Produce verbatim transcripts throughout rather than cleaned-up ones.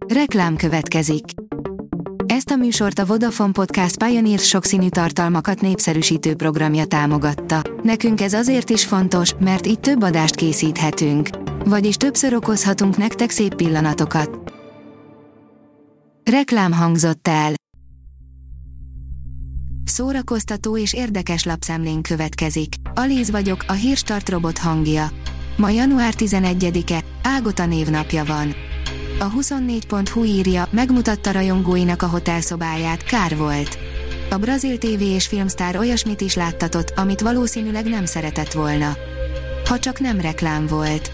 Reklám következik. Ezt a műsort a Vodafone Podcast Pioneer sokszínű tartalmakat népszerűsítő programja támogatta. Nekünk ez azért is fontos, mert így több adást készíthetünk. Vagyis többször okozhatunk nektek szép pillanatokat. Reklám hangzott el. Szórakoztató és érdekes lapszemlén következik. Alíz vagyok, a Hírstart robot hangja. Ma január tizenegyedike, Ágota névnapja van. A huszonnégy pont hu írja, megmutatta rajongóinak a hotelszobáját, kár volt. A brazil tévé és filmsztár olyasmit is láttatott, amit valószínűleg nem szeretett volna. Ha csak nem reklám volt.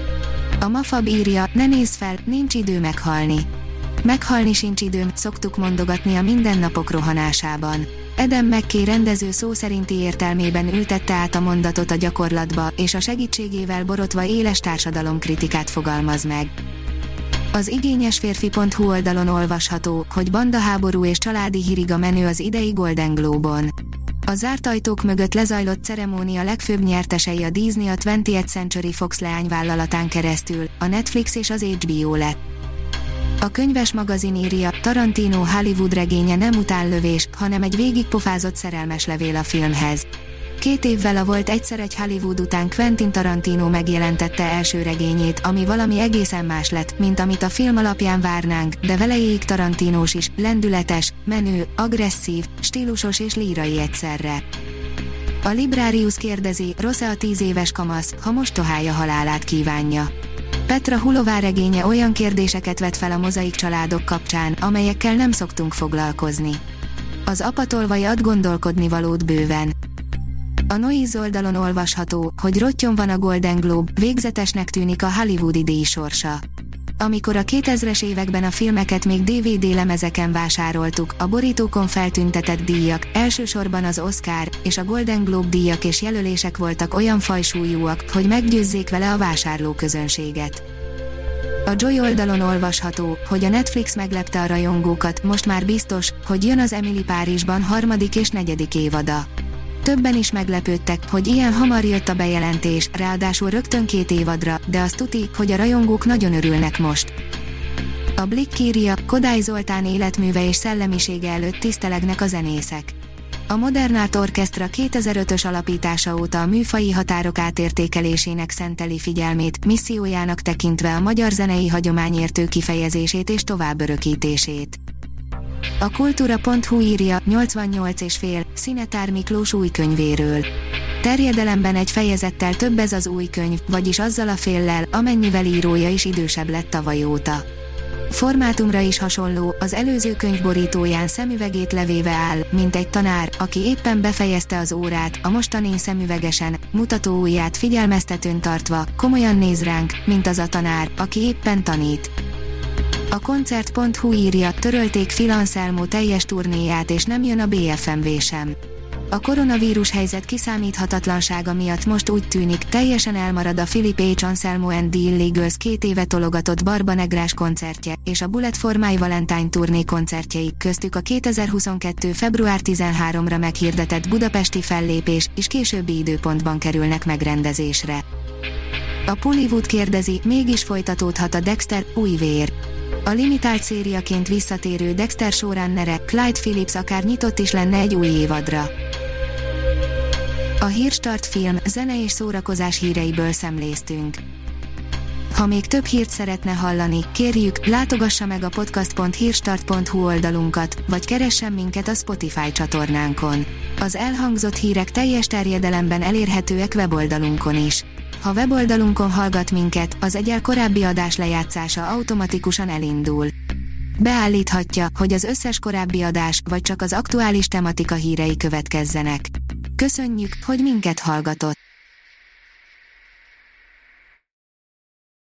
A Mafab írja, ne nézz fel, nincs idő meghalni. Meghalni sincs időm, szoktuk mondogatni a mindennapok rohanásában. Adam McKay rendező szó szerinti értelmében ültette át a mondatot a gyakorlatba, és a segítségével borotva éles társadalomkritikát fogalmaz meg. Az igényesférfi pont hu oldalon olvasható, hogy bandaháború és családi hírig a menő az idei Golden Globe-on. A zárt ajtók mögött lezajlott ceremónia legfőbb nyertesei a Disney a twentieth Century Fox leányvállalatán keresztül, a Netflix és az há bé o lett. A könyves magazin írja, Tarantino Hollywood regénye nem utánlövés, hanem egy végigpofázott szerelmes levél a filmhez. Két évvel a volt egyszer egy Hollywood után Quentin Tarantino megjelentette első regényét, ami valami egészen más lett, mint amit a film alapján várnánk, de velejéig Tarantinós is, lendületes, menő, agresszív, stílusos és lírai egyszerre. A Librarius kérdezi, rossz-e a tíz éves kamasz, ha mostohája halálát kívánja. Petra Hulová regénye olyan kérdéseket vet fel a mozaik családok kapcsán, amelyekkel nem szoktunk foglalkozni. Az apatolvaj ad gondolkodni valót bőven. A Noise oldalon olvasható, hogy rottyon van a Golden Globe, végzetesnek tűnik a hollywoodi díj sorsa. Amikor a kétezres években a filmeket még dé vé dé lemezeken vásároltuk, a borítókon feltüntetett díjak, elsősorban az Oscar és a Golden Globe díjak és jelölések voltak olyan fajsúlyúak, hogy meggyőzzék vele a vásárlóközönséget. A Joy oldalon olvasható, hogy a Netflix meglepte a rajongókat, most már biztos, hogy jön az Emily Párizsban harmadik és negyedik évada. Többen is meglepődtek, hogy ilyen hamar jött a bejelentés, ráadásul rögtön két évadra, de azt tuti, hogy a rajongók nagyon örülnek most. A Blick írja, Kodály Zoltán életműve és szellemisége előtt tisztelegnek a zenészek. A Modern Art Orchestra kétezer-ötös alapítása óta a műfaji határok átértékelésének szenteli figyelmét, missziójának tekintve a magyar zenei hagyomány értő kifejezését és továbbörökítését. A kultúra pont hu írja, nyolcvannyolc és fél, Szinetár Miklós új könyvéről. Terjedelemben egy fejezettel több ez az új könyv, vagyis azzal a féllel, amennyivel írója is idősebb lett tavaly óta. Formátumra is hasonló, az előző könyv borítóján szemüvegét levéve áll, mint egy tanár, aki éppen befejezte az órát, a mostanin szemüvegesen, mutatóujját figyelmeztetőn tartva, komolyan néz ránk, mint az a tanár, aki éppen tanít. A koncert pont hu írja, törölték Phil Anselmo teljes turnéját és nem jön a bé ef em vé sem. A koronavírus helyzet kiszámíthatatlansága miatt most úgy tűnik, teljesen elmarad a Philip H. Anselmo and the Illegals két éve tologatott Barba Negrás koncertje, és a Bullet for My Valentine turné koncertjei, köztük a kétezer-huszonkettő február tizenharmadikán meghirdetett budapesti fellépés, és későbbi időpontban kerülnek megrendezésre. A Pollywood kérdezi, mégis folytatódhat a Dexter, új vér. A limitált szériaként visszatérő Dexter showrunnere, Clyde Phillips akár nyitott is lenne egy új évadra. A Hírstart film, zene és szórakozás híreiből szemléztünk. Ha még több hírt szeretne hallani, kérjük, látogassa meg a podcast pont hírstart pont hu oldalunkat, vagy keressen minket a Spotify csatornánkon. Az elhangzott hírek teljes terjedelemben elérhetőek weboldalunkon is. Ha weboldalunkon hallgat minket, az egyel korábbi adás lejátszása automatikusan elindul. Beállíthatja, hogy az összes korábbi adás, vagy csak az aktuális tematika hírei következzenek. Köszönjük, hogy minket hallgatott!